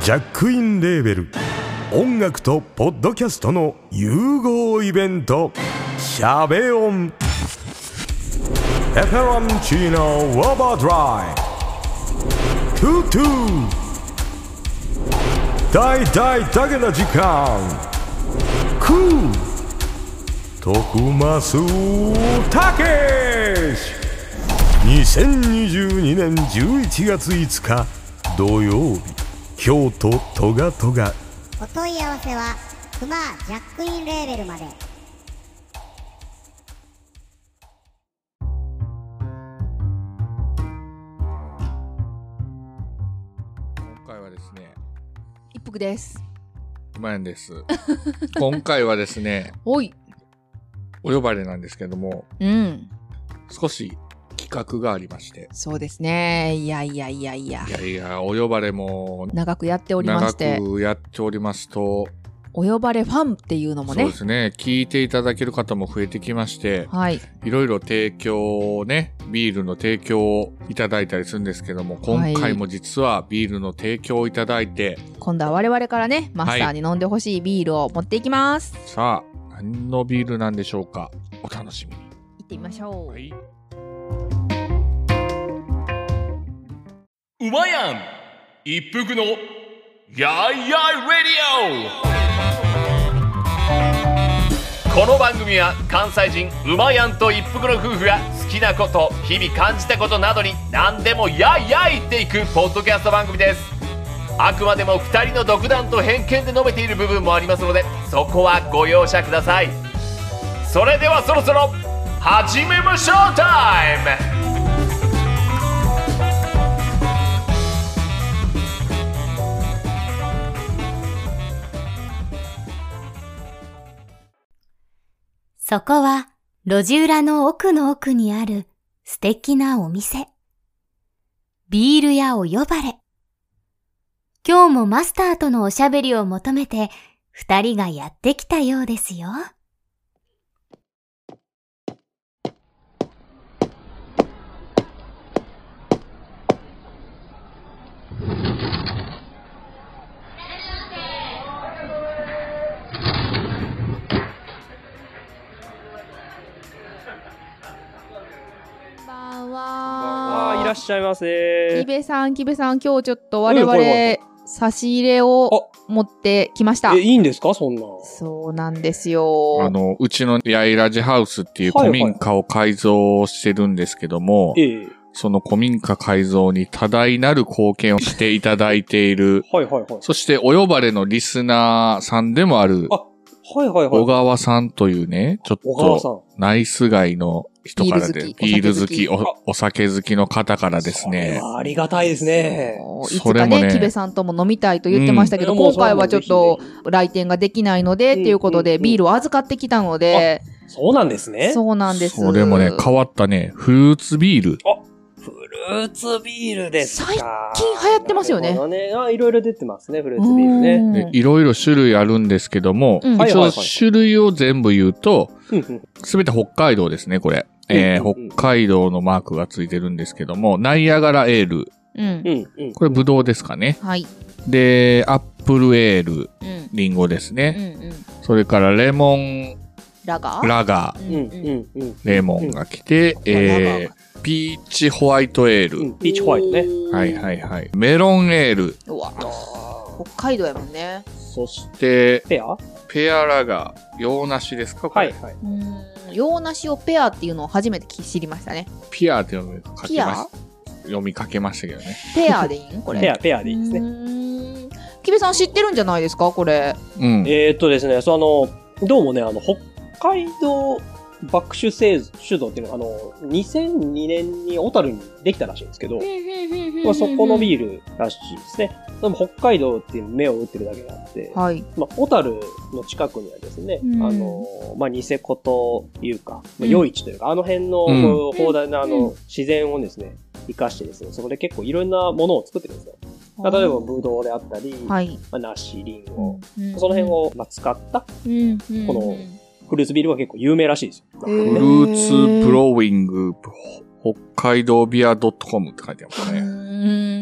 ジャックインレーベル音楽とポッドキャストの融合イベントシャベオンペペロンチーノウォーバードライトゥトゥ大大だけな時間クー徳増たけし2022年11月5日土曜日京都トガトガお問い合わせはクマジャックインレーベルまで。 今回はですね、 一服です。 うまやんです。今回はですね、 おい。 お呼ばれなんですけども、 うん。 少し企画がありまして。 そうですね。いや、 お呼ばれも長くやっておりまして。 長くやっておりますと、 お呼ばれファンっていうのもね。 そうですね。聞いていただける方も増えてきまして、 はい。 いろいろ提供をね、ビールの提供をいただいたりするんですけども、今回も実はビールの提供をいただいて、 今度は我々からね、マスターに飲んでほしいビールを持っていきます。 さあ、何のビールなんでしょうか。お楽しみに。 行ってみましょう。はい。 うまやん一服のやいやいレディオ。この番組は関西人うまやんと一服の夫婦が好きなこと日々感じたことなどに何でもやいやい言っていくポッドキャスト番組です。あくまでも2人の独断と偏見で述べている部分もありますので、そこはご容赦ください。それではそろそろ始めましょうタイム。 そこは路地裏の奥の奥にある素敵なお店。ビール屋お呼ばれ。今日もマスターとのおしゃべりを求めて二人がやってきたようですよ。 いらっしゃいませ。 木部さん、今日ちょっと我々、差し入れを持ってきました。 いいんですかそんな。 そうなんですよ。 うちのやいらじハウスっていう古民家を改造してるんですけども、その古民家改造に多大なる貢献をしていただいている、そしてお呼ばれのリスナーさんでもある、小川さんというね、ちょっとナイスガイの人からで、ビール好き、お酒好きの方からですね。 ありがたいですね。 いつかね、木部さんとも飲みたいと言ってましたけど、今回はちょっと来店ができないので、っていうことで、ビールを預かってきたので。 そうなんですね。 そうなんです。 それもね、変わったね、フルーツビール。 フルーツビールですか。 最近流行ってますよね。 いろいろ出てますね、フルーツビールね。 いろいろ種類あるんですけども、一応種類を全部言うと、すべて北海道ですね、これ。北海道のマークがついてるんですけども、ナイアガラエール。これブドウですかね。 はい。 で、アップルエール。リンゴですね。それからレモンラガー。レモンが来て、ピーチホワイトエール。 ピーチホワイトね。 はい。メロンエール。 うわ、北海道やもんね。 そして、ペアラガー。洋梨ですかこれ。 洋梨をペアっていうのを初めて知りましたね。 ピアって読みかけましたけどね。 ペアでいいんこれ。 ペアでいいですね。 木部さん知ってるんじゃないですかこれ。 ですね、どうもね、北海道爆酒酒造っていうのが、2002年に小樽にできたらしいんですけど、そこのビールらしいですね。でも北海道っていう目を打ってるだけがあって、小樽の近くにはですね、ニセコというか、余市というか、あの辺の広大な自然をですね、活かしてですね、そこで結構いろんなものを作ってるんですよ。例えばブドウであったり、梨、リンゴ、その辺を使った、このフルーツビールが結構有名らしいですよ。 フルーツブローイング、北海道ビア .com って書いてありますね。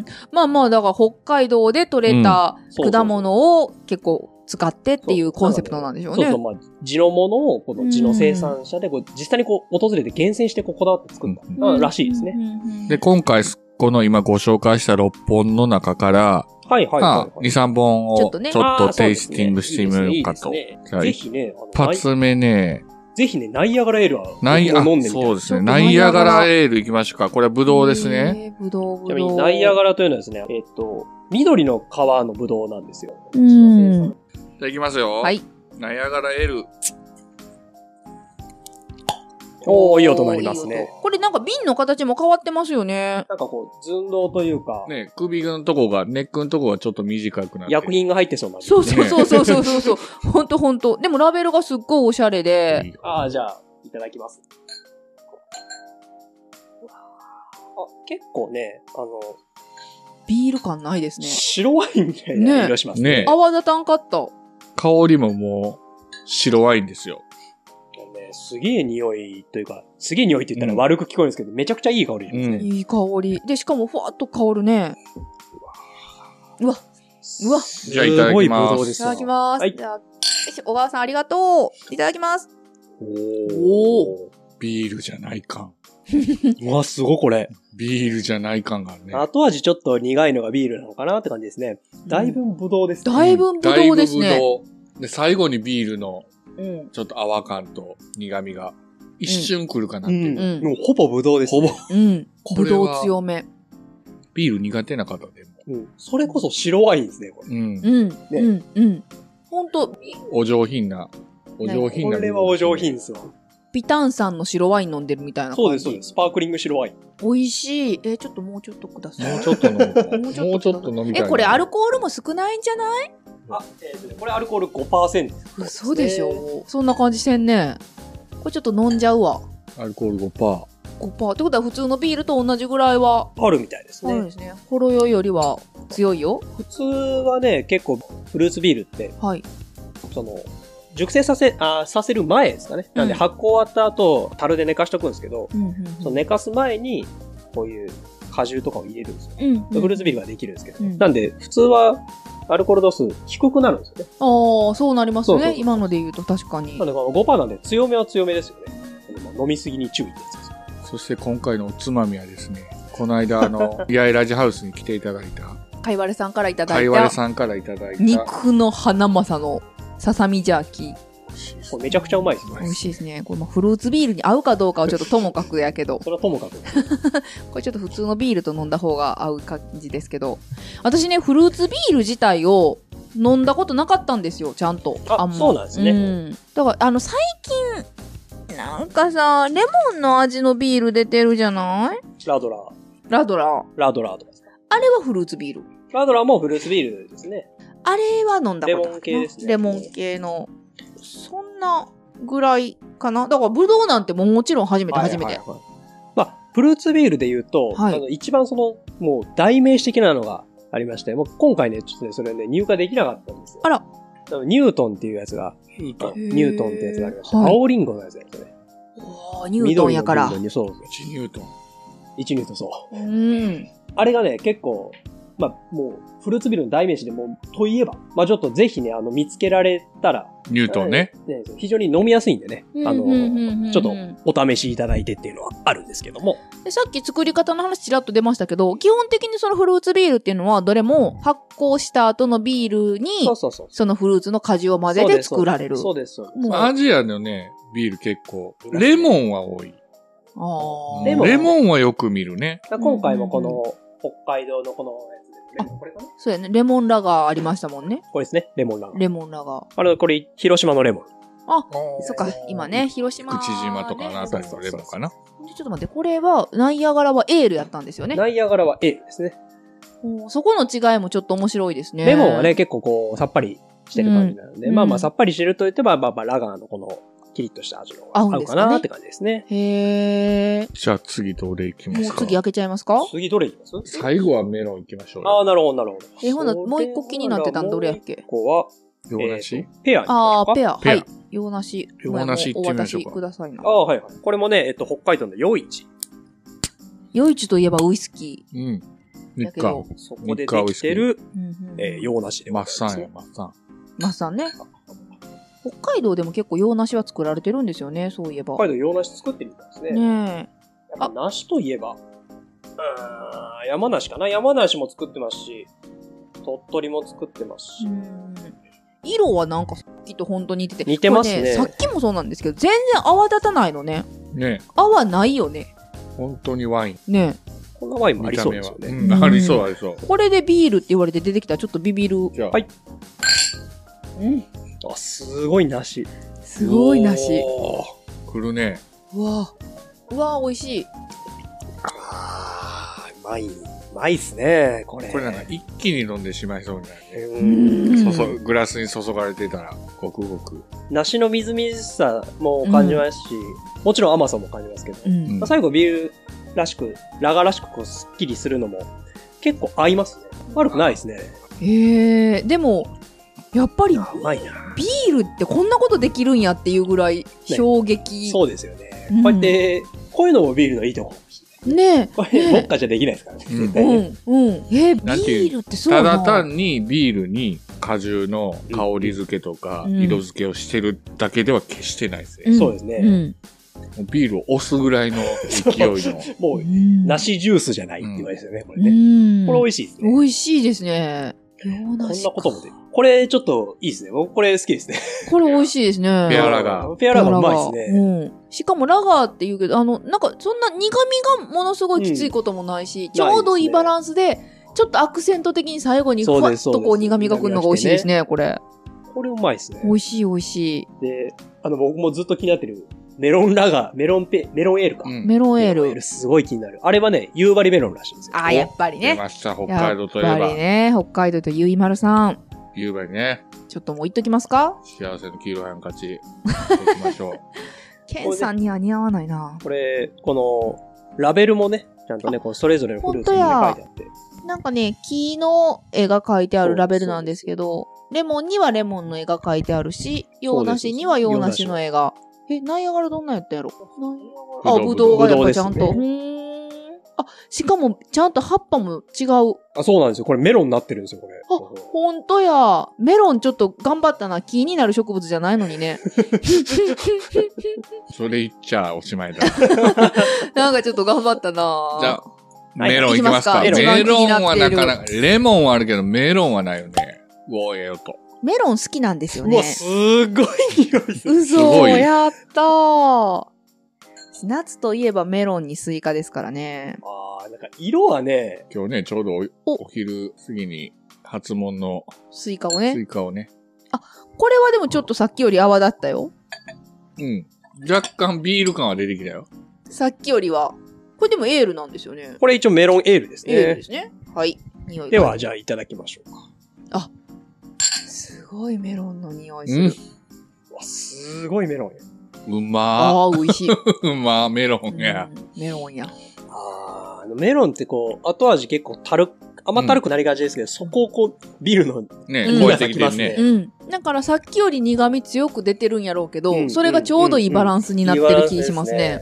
まあまあ、だから北海道で採れた果物を結構使ってっていうコンセプトなんでしょうね。 そうそう、まあ、地のものを、この地の生産者で、実際にこう、訪れて厳選してこだわって作ったらしいですね。 で、今回、この今ご紹介した6本の中から、 はいはいはい。 2、3本をちょっとテイスティングしてみようかと。 ぜひね、 一発目ね、 ぜひね、ナイアガラエールは飲んでみて。 そうですね。ナイアガラエール行きましょうか。これはブドウですね。 ブドウ。 ちなみにナイアガラというのはですね、緑の皮のブドウなんですよ。 じゃあ行きますよ。 はい。 ナイアガラエール。 おー、いい音になりますね。 これなんか瓶の形も変わってますよね。 なんかこう、寸胴というか。 ね、首のとこが、ネックのとこがちょっと短くなって。 薬品が入ってそうな、ね。 そう。ほんとほんと。でもラベルがすっごいおしゃれで。 じゃあ、いただきます。結構ね、 ビール感ないですね。 白ワインみたいな色しますね。 泡立たんかった。 香りももう、白ワインですよ。 すげえ匂いというか、すげえ匂いって言ったら悪く聞こえるんですけど、めちゃくちゃいい香りですね。 いい香り。で、しかもふわっと香るね。うわ。 じゃあいただきます。 いただきます。 はい。 じゃあ、小川さんありがとう。いただきます。 おー。 ビールじゃない感。 うわ、すごいこれ。 ビールじゃない感があるね。 後味ちょっと苦いのがビールなのかなって感じですね。だいぶブドウですね。 だいぶブドウですね。 で、最後にビールの、ちょっと泡感と苦味が一瞬来るかなっていう。 もうほぼブドウですね。 ブドウ強め。 ビール苦手な方でも。 それこそ白ワインですね、これ。 ほんと。 お上品な。 これはお上品ですわ。 ビタンさんの白ワイン飲んでるみたいな感じ。 そうです、そうです。スパークリング白ワイン。 美味しい。ちょっともうちょっとください。 もうちょっと飲みたい。もうちょっと飲みたい。 これアルコールも少ないんじゃない？ これアルコール 5%。 そうでしょ。そんな感じせんね。これちょっと飲んじゃうわ。 アルコール 5%。 5%。ってことは普通のビールと同じぐらいは。 あるみたいですね。 あるんですね。ほろ酔いよりは強いよ。 普通はね、結構フルーツビールって、熟成させる前ですかね。なんで発酵終わった後、樽で寝かしとくんですけど、その寝かす前に、こういう果汁とかを入れるんですよ。フルーツビールができるんですけど。なんで、普通は、アルコール度数低くなるんですよね。 ああ、そうなりますね。今ので言うと確かに。 なんで、この 5% なんで強めは強めですよね。飲みすぎに注意ってやつですよ。 そして今回のおつまみはですね、この間八重ラジハウスに来ていただいた。 かいわれさんからいただいた。 かいわれさんからいただいた。 肉の花正のささみジャーキー。 これめちゃくちゃうまいですね。 美味しいですね。これフルーツビールに合うかどうかはちょっとともかくやけど。 それはともかく。 これちょっと普通のビールと飲んだ方が合う感じですけど。私ね、フルーツビール自体を飲んだことなかったんですよ、ちゃんと。 そうなんですね。 だから最近、なんかさ、レモンの味のビール出てるじゃないラドラーとかですか。 あれはフルーツビール。 ラドラーもフルーツビールですね。 あれは飲んだことある。 レモン系ですね。 レモン系の。そんなぐらいかな。だからブドウなんてもちろん初めて。 まあ、フルーツビールで言うと、一番もう代名詞的なのがありまして、もう今回ね、ちょっとね、それね、入荷できなかったんですよ。 あら。 ニュートンっていうやつが、ニュートンってやつがありまして、青リンゴのやつですね。 ニュートンやから。 1ニュートン。 1ニュートン、そう。あれがね、結構、まあ、もう、フルーツビールの代名詞でもといえば、まあちょっとぜひね、見つけられたら。 ニュートンね。 非常に飲みやすいんでね。ちょっとお試しいただいてっていうのはあるんですけども。 でさっき作り方の話ちらっと出ましたけど、基本的にそのフルーツビールっていうのは、どれも発酵した後のビールに、そのフルーツの果汁を混ぜて作られる。 そうです。 アジアのね、ビール結構、レモンは多い。レモンはよく見るね。 今回もこの、北海道のこのやつで、これかな？ そうやね。レモンラガーありましたもんね。 これですね。レモンラガー。 レモンラガー。 これ、広島のレモン。 そっか。今ね、広島、 口島とかのあたりのレモンかな。 ちょっと待って、これは、ナイアガラはエールやったんですよね。 ナイアガラはエールですね。 そこの違いもちょっと面白いですね。 レモンはね、結構こう、さっぱりしてる感じなので、まあさっぱりしてると言ってば、ラガーのこの、キリッとした味の合うかなって感じですね。 へー。 じゃあ次どれいきますか？ もう次開けちゃいますか？ 次どれいきます？ 最後はメロンいきましょう。 なるほど。 ほな、もう一個気になってたんどれやっけ？ ここは、 洋梨？ ペア。 ペア。はい。洋梨。 洋梨ってみましょうか。 お渡しくださいな。 はい。これもね、北海道の余市。 余市といえばウイスキー。 だけど。 そこでできてる、洋梨でございます。 マッサンや、マッサン。 マッサンね。北海道でも結構洋梨は作られてるんですよね、そういえば。 北海道洋梨作ってるみたいですね。 ねえ。やっぱ梨といえば、山梨かな。山梨も作ってますし、鳥取も作ってますし。 色はなんかさっきと本当に似てて。 似てますね。 さっきもそうなんですけど、全然泡立たないのね。 ね。 泡ないよね。 本当にワイン。 ね。 こんなワインもありそうですよね。 ありそうありそう。 これでビールって言われて出てきたらちょっとビビる。 はい。あ、すごい梨。 すごい梨。 くるね。 うわ美味しい。 うまいっすね、これ。 これなんか一気に飲んでしまいそうになるね。グラスに注がれてたら、ごくごく。 梨のみずみずしさも感じますし、もちろん甘さも感じますけど、最後ビールらしく、ラガーらしくこうスッキリするのも結構合いますね。悪くないですね。 でも、やっぱり、ビールってこんなことできるんやっていうぐらい衝撃。 そうですよね。こうやって、こういうのもビールのいいところ。 ねこれ、ウォッカじゃできないですからね。絶対ね。 ビールってそうなただ単にビールに果汁の香り付けとか、色付けをしてるだけでは決してないですね。 そうですね。 ビールを押すぐらいの勢いの。 もう、梨ジュースじゃないって言われですよね、これね。これ美味しいですね。 美味しいですね。 こんなこともで。これちょっといいですね。僕これ好きですね。 これ美味しいですね。 ペアラガー。 ペアラガーうまいですね。 しかもラガーって言うけど、なんかそんな苦味がものすごいきついこともないし、ちょうどいいバランスで、ちょっとアクセント的に最後にふわっとこう苦味がくるのが美味しいですね、これ。 これうまいですね。 美味しい美味しい。 で、僕もずっと気になってるメロンラガー、メロンエールか。 メロンエール。 すごい気になる。あれはね、夕張メロンらしいんですよ。 やっぱりね。 出ました、北海道といえば。 やっぱりね、北海道とゆいまるさん。 夕張ね。 ちょっともう言っときますか？ 幸せの黄色いハンカチ。行きましょう。 ケンさんには似合わないな。 これ、この、ラベルもね、ちゃんとね、このそれぞれのフルーツに書いてあって。 なんかね、木の絵が描いてあるラベルなんですけど、レモンにはレモンの絵が描いてあるし、洋梨には洋梨の絵が。ナイアガラどんなんやったんやろ？ぶどうがやっぱちゃんと。しかも、ちゃんと葉っぱも違う。 そうなんですよ。これメロンになってるんですよ、これ。 ほんとや。メロンちょっと頑張ったな。木になる植物じゃないのにね。 それ言っちゃおしまいだ。 なんかちょっと頑張ったな。 じゃあ、メロンいきますか。メロンはなかなか、レモンはあるけど、メロンはないよね。 メロン好きなんですよね。 すごい匂いする。 嘘、やったー。夏といえばメロンにスイカですからね。 なんか色はね。 今日ね、ちょうどお昼過ぎに初物のスイカをね。 これはでもちょっとさっきより泡だったよ。 若干ビール感は出てきたよ。 さっきよりは。これでもエールなんですよね。 これ一応メロンエールですね。 エールですね。はい。 匂いでは、じゃあいただきましょうか。 すごいメロンの匂いする。 すごいメロンや。 うまー。美味しい。 うまー、メロンや。 メロンや。 メロンってこう、後味結構甘ったるくなりがちですけど、そこをこう、ビールの超えてきてるね。 だからさっきより苦味強く出てるんやろうけど、それがちょうどいいバランスになってる気しますね。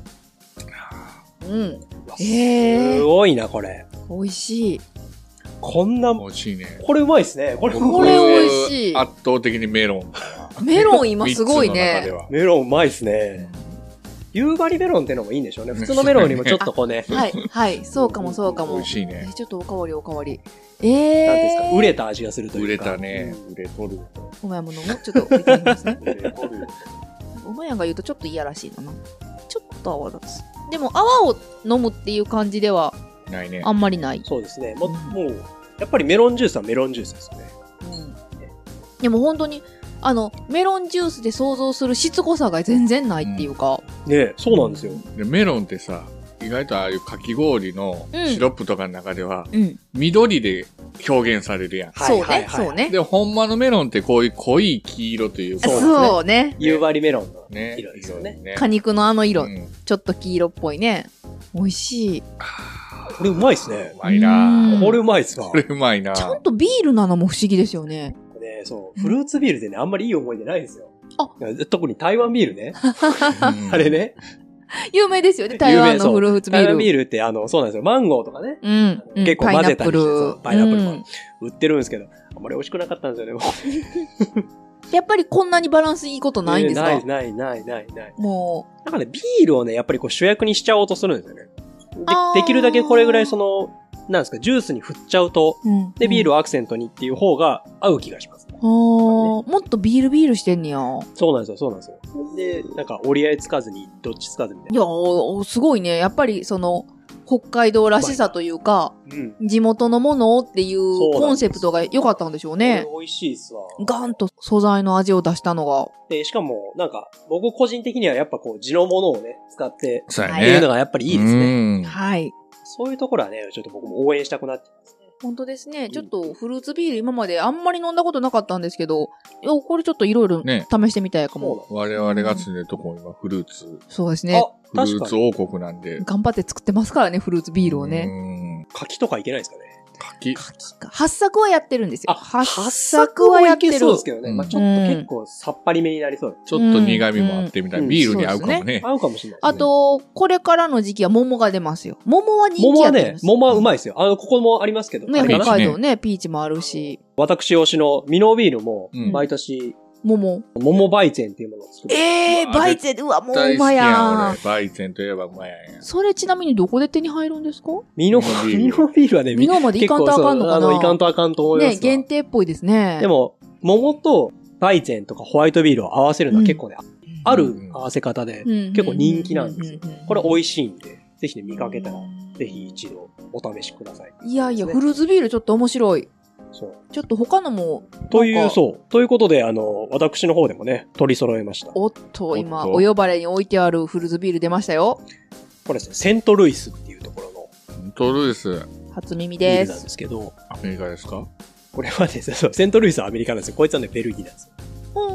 すごいな、これ。 美味しい。 こんな、 美味しいね。 これうまいですね。これ美味しい。 圧倒的にメロン。 メロン今すごいね。 メロンうまいですね。夕張メロンってのもいいんでしょうね。普通のメロンよりもちょっとこうね。 はい、そうかもそうかも。 美味しいね。 ちょっとおかわり。なんですか、熟れた味がするというか。 熟れたね。売れとる。 お前も飲む？ちょっと置いてみますね。お前が言うとちょっと嫌らしいのな。ちょっと泡立つ。でも泡を飲むっていう感じではないね。 あんまりない。 そうですね。もう、やっぱりメロンジュースはメロンジュースですよね。 でも本当に、メロンジュースで想像するしつこさが全然ないっていうか。 ね、そうなんですよ。 でメロンってさ、意外とああいうかき氷のシロップとかの中では、緑で表現されるやん。 そうね。 で、ほんまのメロンってこういう濃い黄色というか。 そうね。 夕張メロンの色ですよね。 果肉のあの色、ちょっと黄色っぽいね。美味しい。 これうまいっすね。 うまいな。 これうまいっすわ。 これうまいな。 ちゃんとビールなのも不思議ですよね。 そう。フルーツビールでね、あんまりいい思い出ないんですよ。特に台湾ビールね。あれね。 有名ですよね、台湾のフルーツビール。 台湾ビールって、そうなんですよ。マンゴーとかね。結構混ぜたりして、パイナップルも売ってるんですけど、あんまり美味しくなかったんですよね、 やっぱりこんなにバランスいいことないんですか？ ない。 もう。 なんかね、ビールをね、やっぱりこう主役にしちゃおうとするんですよね。できるだけこれぐらいなんですか、ジュースに振っちゃうと、で、ビールをアクセントにっていう方が合う気がします。 もっとビールしてんねや。 そうなんですよ。で、なんか折り合いつかずに、どっちつかずみたいな。 いや、すごいね。やっぱり北海道らしさというか、地元のものっていうコンセプトが良かったんでしょうね。 美味しいっすわ。 ガンと素材の味を出したのが。 で、しかも、なんか、僕個人的にはやっぱこう、地のものをね、使ってっていうのがやっぱりいいですね。 はい。 そういうところはね、ちょっと僕も応援したくなってますね。 本当ですね。ちょっとフルーツビール今まであんまり飲んだことなかったんですけど、これちょっといろいろ試してみたいかも。 我々が住んでるとこ今フルーツ。 そうですね。 フルーツ王国なんで。 頑張って作ってますからね、フルーツビールをね。 柿とかいけないですかね。 柿か。八作はやってるんですよ。 八作はやってる。そうですけどね。まあちょっと結構さっぱりめになりそう。 ちょっと苦味もあってみたいな。ビールに合うかもね。 合うかもしれない。 あと、これからの時期は桃が出ますよ。桃は人気やってます。 桃はうまいですよ。ここもありますけど。 ね、北海道ね、ピーチもあるし。 私推しのミノービールも、毎年、桃バイツェンっていうものを作る。 バイツェン、うわ、もううまやん。バイツェンといえばうまやん。 それちなみにどこで手に入るんですか？ ミノービールはね、 ミノーまでいかんとあかんのかな？ いかんとあかんと思います。 ね、限定っぽいですね。 でも、桃とバイツェンとかホワイトビールを合わせるのは結構ね、ある合わせ方で、結構人気なんですよ。これ美味しいんで、ぜひね、見かけたら、ぜひ一度お試しください。 いやいや、フルーツビールちょっと面白い。そう。ちょっと他のも。 ということで、私の方でもね、取り揃えました。 おっと、今、お呼ばれに置いてあるフルーツビール出ましたよ。 これですね、セントルイスっていうところの。 セントルイス。 初耳です。 ビールなんですけど。 アメリカですか？ これはですね、セントルイスはアメリカなんですよ。こいつはね、ベルギーなんですよ。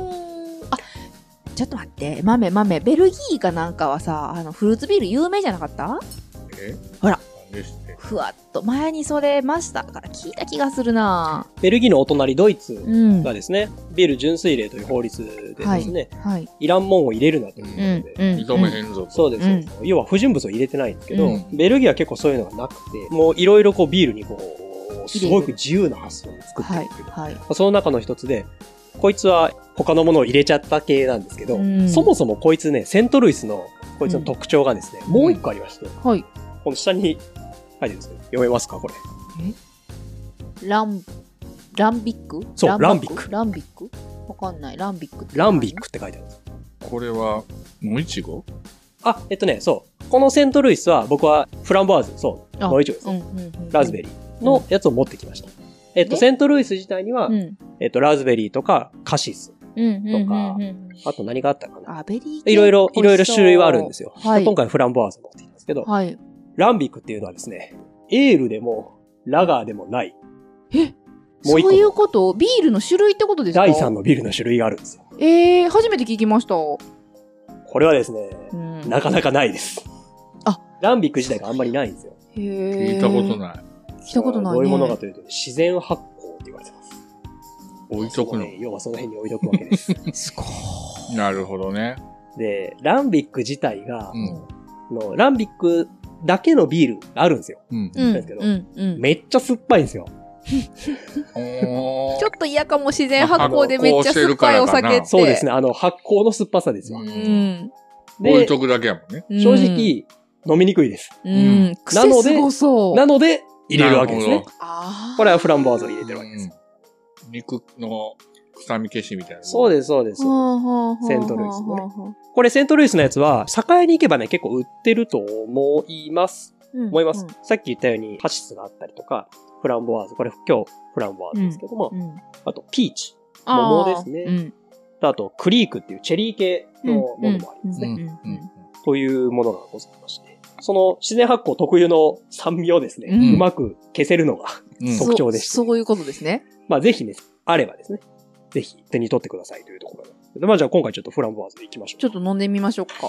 ちょっと待って、豆。ベルギーかなんかはさ、フルーツビール有名じゃなかった？ほら。ふわっと前にそれマスターから聞いた気がするな。 ベルギーのお隣ドイツがですね、ビール純粋令という法律でですね、いらんもんを入れるなということで、 認めへんぞと。 そうです。要は不純物を入れてないんですけど、ベルギーは結構そういうのがなくて、もういろいろこうビールにこう、すごく自由な発想で作ってるんですけど、その中の一つで、こいつは他のものを入れちゃった系なんですけど、そもそもこいつね、セントルイスのこいつの特徴がですね、もう一個ありまして、この下に書いてるんですよ。読めますかこれ。 ランビック？ そう、ランビック。 ランビック？わかんない。ランビック。 ランビックって書いてあるんです。 これは、野いちご？ そう。このセントルイスは僕はフランボワーズ、そう、野いちごです。ラズベリーのやつを持ってきました。セントルイス自体には、ラズベリーとかカシスとか、あと何があったかな。いろいろ種類はあるんですよ。今回フランボワーズ持ってきたんですけど、ランビックっていうのはですね、エールでもラガーでもない。 そういうこと？ビールの種類ってことですか？ 第3のビールの種類があるんですよ。 初めて聞きました。 これはですね、なかなかないです。ランビック自体があんまりないんですよ。 聞いたことない。 聞いたことないね。 どういうものかというと、自然発酵って言われてます。 置いとくの？ 要はその辺に置いとくわけです。 すごい。なるほどね。 で、ランビック自体が、ランビックだけのビールがあるんですよ。ですけど、めっちゃ酸っぱいんですよ。 ちょっと嫌かも、自然発酵でめっちゃ酸っぱいお酒って。 そうですね、発酵の酸っぱさですよ。 置いとくだけやもんね。 正直、飲みにくいです。 なので、入れるわけですね。これはフランボワーズを入れてるわけです。 肉の臭み消しみたいな。 そうです、そうです。セントルイスのね。これセントルイスのやつは、酒屋に行けばね、結構売ってると思います。さっき言ったように、カシスがあったりとか、フランボワーズ。これ今日フランボワーズですけども、あと、ピーチ。桃ですね。あと、クリークっていうチェリー系のものもありますね。というものがございまして。その自然発酵特有の酸味をですね、うまく消せるのが特徴でして。 そういうことですね。 ぜひね、あればですね、ぜひ手に取ってくださいというところなんですけど、じゃあ今回ちょっとフランボワーズでいきましょう。 ちょっと飲んでみましょうか。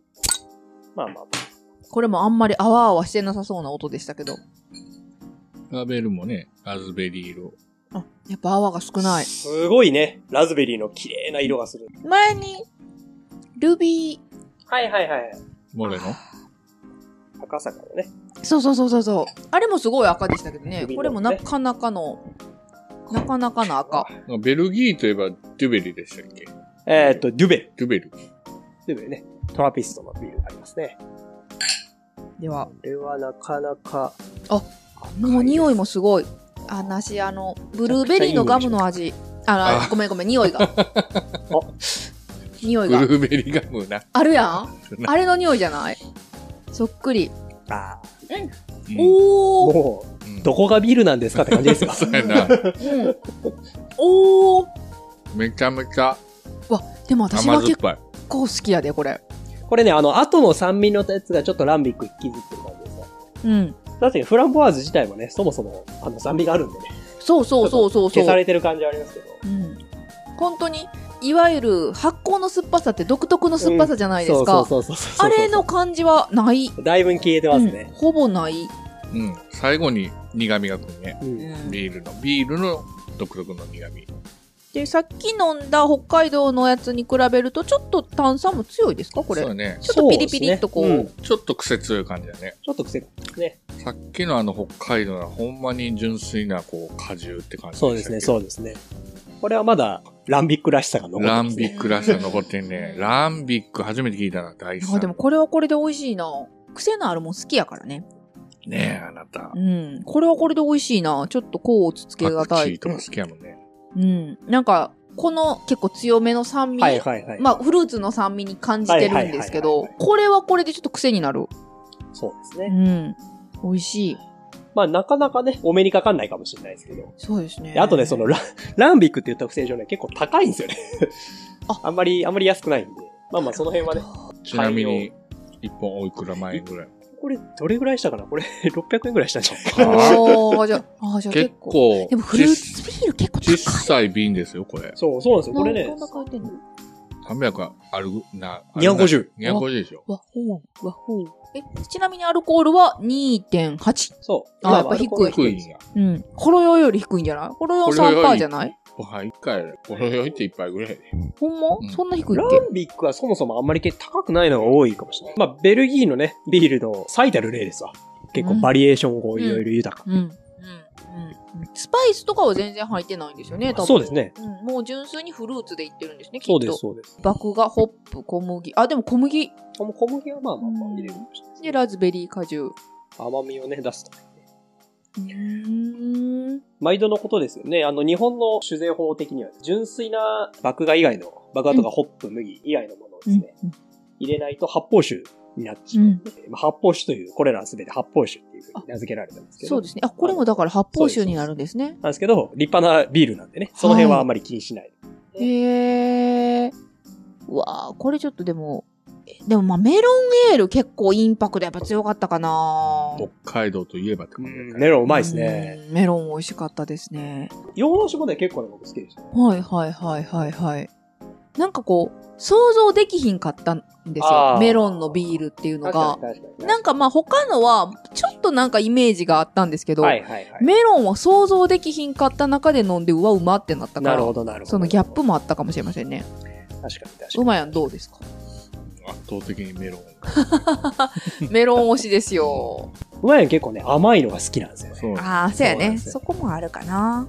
これもあんまりあわあわしてなさそうな音でしたけど。 ラベルもね、ラズベリー色。 やっぱ泡が少ない。 すごいね、ラズベリーの綺麗な色がする。 前に、ルビー。 モレの赤坂のね。 そう。あれもすごい赤でしたけどね。これもなかなかの赤。 ベルギーといえばデュベリでしたっけ？ デュベル。 デュベルね。トラピストのビールがありますね。 では。 これはなかなか。 もう匂いもすごい。梨、ブルーベリーのガムの味。ごめん、匂いが。匂いが。 ブルーベリーガムな。 あるやんあれの匂いじゃない？そっくり。 おー。もう、どこがビールなんですかって感じですよ。 そうやな。 おー。 めちゃめちゃ。 でも私は結構好きやで、これ。 これね、後の酸味のやつがちょっとランビック引きずってる感じですね。うん。だってフランボワーズ自体もね、そもそも酸味があるんでね。 そう。 消されてる感じはありますけど。 本当に、いわゆる発酵の酸っぱさって独特の酸っぱさじゃないですか。あれの感じはない。 だいぶ消えてますね。 ほぼない。 最後に苦味がくるね。ビールの独特の苦味。 で、さっき飲んだ北海道のやつに比べると、ちょっと炭酸も強いですかこれ。 そうね。 ちょっとピリピリっとこう。 ちょっと癖強い感じだね。 ちょっと癖ですね。 さっきの北海道はほんまに純粋な果汁って感じでしたけど。 そうですね。これはまだ、ランビックらしさが残ってますね。 ランビックらしさ残ってんね。ランビック初めて聞いたな、大好き。 でもこれはこれで美味しいな。癖のあるもん好きやからね。 ねえ、あなた。 これはこれで美味しいな。ちょっと甲をつつけがたい。 パクチーとか好きやもんね。 なんか、この結構強めの酸味。まあ、フルーツの酸味に感じてるんですけど、これはこれでちょっと癖になる。 そうですね。 美味しい。 まあ、なかなかね、お目にかかんないかもしれないですけど。 そうですね。 あとね、ランビックって言った特性上ね、結構高いんですよね。あんまり安くないんで。まあその辺はね。 ちなみに、1本おいくら万円ぐらい？ これ、どれぐらいしたかな？これ、600円ぐらいしたんじゃないかな。 じゃあ結構。 でもフルーツビール結構高い。 小さい瓶ですよ、これ。 そうなんですよ。これね。 300あるな。 250。 250でしょ。 わほう。ちなみにアルコールは 2.8。 そう。 やっぱ低いんや。ほろ酔いより低いんじゃない？ほろ酔い 3% じゃない？ 一回、ほろ酔いって一杯ぐらいで。 ほんま？そんな低いっけ？ ランビックはそもそもあんまり高くないのが多いかもしれない。まあ、ベルギーのね、ビールの最たる例ですわ。結構バリエーションをいろいろ豊か。 スパイスとかは全然入ってないんですよね、多分。 そうですね。 もう純粋にフルーツでいってるんですね、きっと。 そうです。 麦芽、ホップ、小麦。でも小麦。 小麦はまあ入れるかもしれない。 で、ラズベリー果汁。 甘みをね、出すためにね。毎度のことですよね。日本の酒税法的には、純粋な麦芽以外の、麦芽とかホップ、麦以外のものをですね、入れないと発泡酒になっちゃう。発泡酒という、これらはすべて発泡酒っていうふうに名付けられたんですけど。 そうですね。これもだから発泡酒になるんですね。 なんですけど、立派なビールなんでね、その辺はあんまり気にしない。 へー。うわー、これちょっとでもまあメロンエール結構インパクトやっぱ強かったかな。 北海道といえばって感じ。 メロンうまいですね。 メロン美味しかったですね。 洋梨もね、結構ね、僕好きでした。 はい。なんかこう、想像できひんかったんですよ。メロンのビールっていうのが。なんかまあ他のは、ちょっとなんかイメージがあったんですけど、メロンは想像できひんかった中で飲んで、うわってなったから、 なるほど。 そのギャップもあったかもしれませんね。 確かに。 うまやんどうですか？ 圧倒的にメロン。 メロン推しですよ。 うまやん結構ね、甘いのが好きなんですよね。 そうやね。そこもあるかな。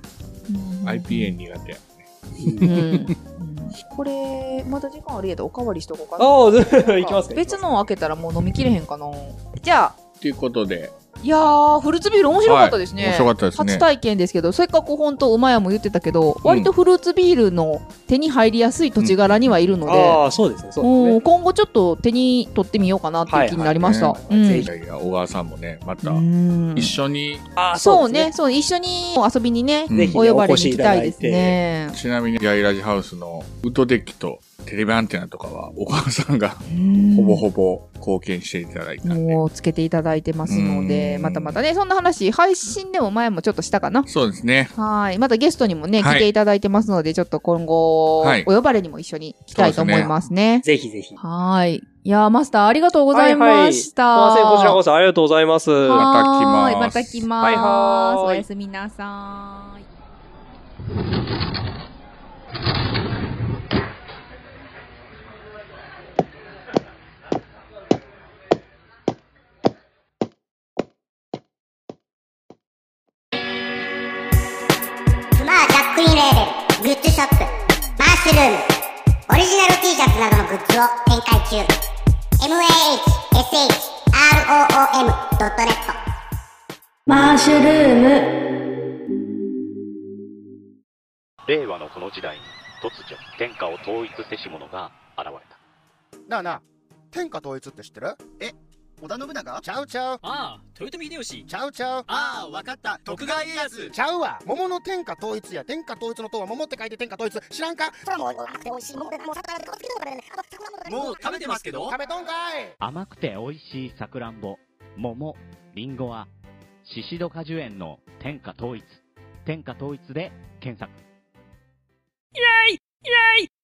IPA 苦手やね。 これ、まだ時間あるやでおかわりしとこうかな。いきますか。 別のを開けたらもう飲みきれへんかな。じゃあ。 ということで。 いやー、フルーツビール面白かったですね。 面白かったですね。 初体験ですけど、せっかく本当馬屋も言ってたけど、割とフルーツビールの手に入りやすい土地柄にはいるので、 そうですね。 今後ちょっと手に取ってみようかなっていう気になりました。 ぜひ、小川さんもね、また一緒に。 そうね、一緒に遊びにね、お呼ばれに行きたいですね。 ちなみに、ガイラジハウスのウッドデッキとテレビアンテナとかは、小川さんがほぼほぼ貢献していただいたんで。 もうつけていただいてますので、またね、そんな話、配信でも前もちょっとしたかな。 そうですね。 はい。またゲストにもね、来ていただいてますので、ちょっと今後、お呼ばれにも一緒に来たいと思いますね。 ぜひぜひ。 はい。いやー、マスターありがとうございました。 こちらこそありがとうございます。 また来ます。 また来ます。おやすみなさい。 作品レーベル、グッズショップ、マッシュルーム、オリジナル T シャツなどのグッズを展開中。mahshroom.net マッシュルーム。 令和のこの時代に突如天下を統一せし者が現れた。 なあなあ、天下統一って知ってる？織田信長？ちゃうちゃう。 ああ、豊臣秀吉。 ちゃうちゃう。 ああ、わかった。徳川家康。 ちゃうわ。桃の天下統一や。天下統一の塔は桃って書いて天下統一。知らんか？それもう甘くて美味しい桃でもう桜でこつけてからね。 もう食べてますけど。 食べとんかい。 甘くて美味しいさくらんぼ、桃、りんごはシシド果樹園の天下統一。天下統一で検索。 イエイイエイ。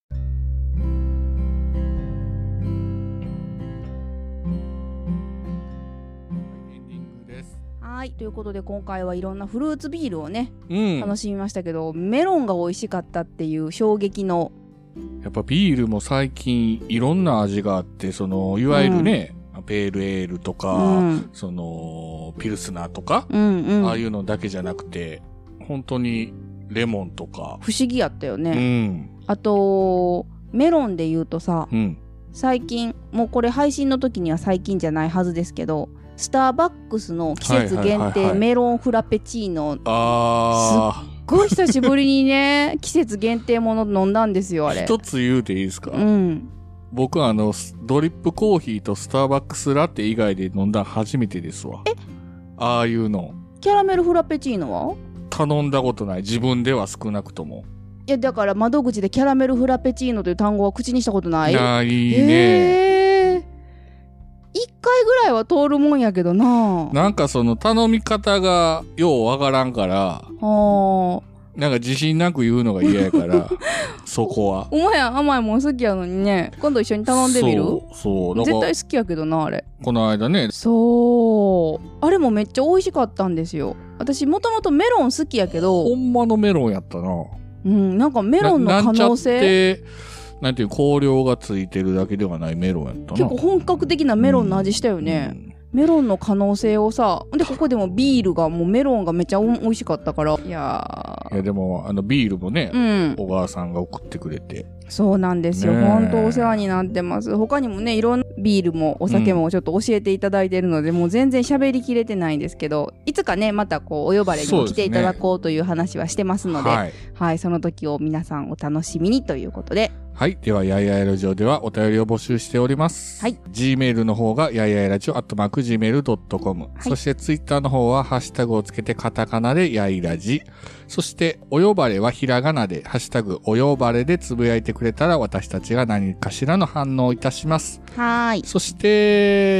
はい、ということで今回はいろんなフルーツビールをね、楽しみましたけど、メロンが美味しかったっていう衝撃の。 やっぱビールも最近いろんな味があって、そのいわゆるね、ペールエールとか、そのピルスナーとか、ああいうのだけじゃなくて、本当にレモンとか不思議やったよね。あとメロンで言うとさ、最近もうこれ配信の時には最近じゃないはずですけど、スターバックスの季節限定メロンフラペチーノ、すっごい久しぶりにね季節限定もの飲んだんですよ。あれ一つ言うていいですか？僕ドリップコーヒーとスターバックスラテ以外で飲んだの初めてですわ。ああいうのキャラメルフラペチーノは頼んだことない。自分では少なくとも。 いやだから窓口でキャラメルフラペチーノという単語は口にしたことない。 ないね。 一回ぐらいは通るもんやけどな。 なんかその頼み方がようわからんから、なんか自信なく言うのが嫌やからそこは。 お前甘いもん好きやのにね。今度一緒に頼んでみる？ そう絶対好きやけどなあれ。 この間ね。 そうあれもめっちゃ美味しかったんですよ。私もともとメロン好きやけど、 ほんまのメロンやったな。 なんかメロンの可能性なんていう香料がついてるだけではないメロンやったな。 結構本格的なメロンの味したよね。メロンの可能性をさ、でここでもビールがもうメロンがめっちゃ美味しかったから。いやでもビールもね、小川さんが送ってくれて。 そうなんですよ。本当お世話になってます。他にもねいろんなビールもお酒もちょっと教えていただいているので、もう全然喋りきれてないんですけど、いつかねまたこうお呼ばれにも来ていただこうという話はしてますので、はい、その時を皆さんお楽しみにということで。 はい。では、やいやいラジオではお便りを募集しております。 はい。 Gmail の方が、やいやいラジオ@gmail.com。そして、Twitter の方は、ハッシュタグをつけて、カタカナで、やいラジ。そして、お呼ばれはひらがなで、ハッシュタグ、お呼ばれでつぶやいてくれたら、私たちが何かしらの反応をいたします。 はい。 そして、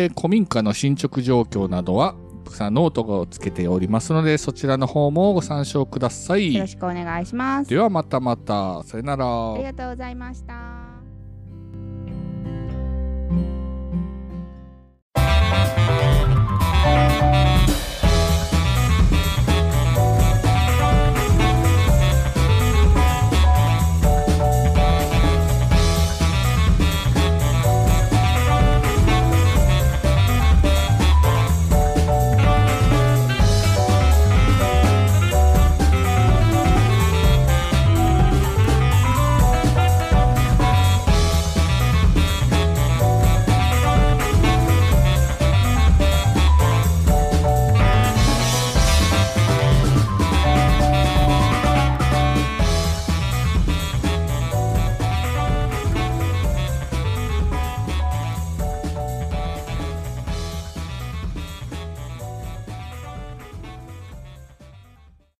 古民家の進捗状況などは、ノートをつけておりますので、そちらの方もご参照ください。 よろしくお願いします。 ではまたまた。さよなら。 ありがとうございました。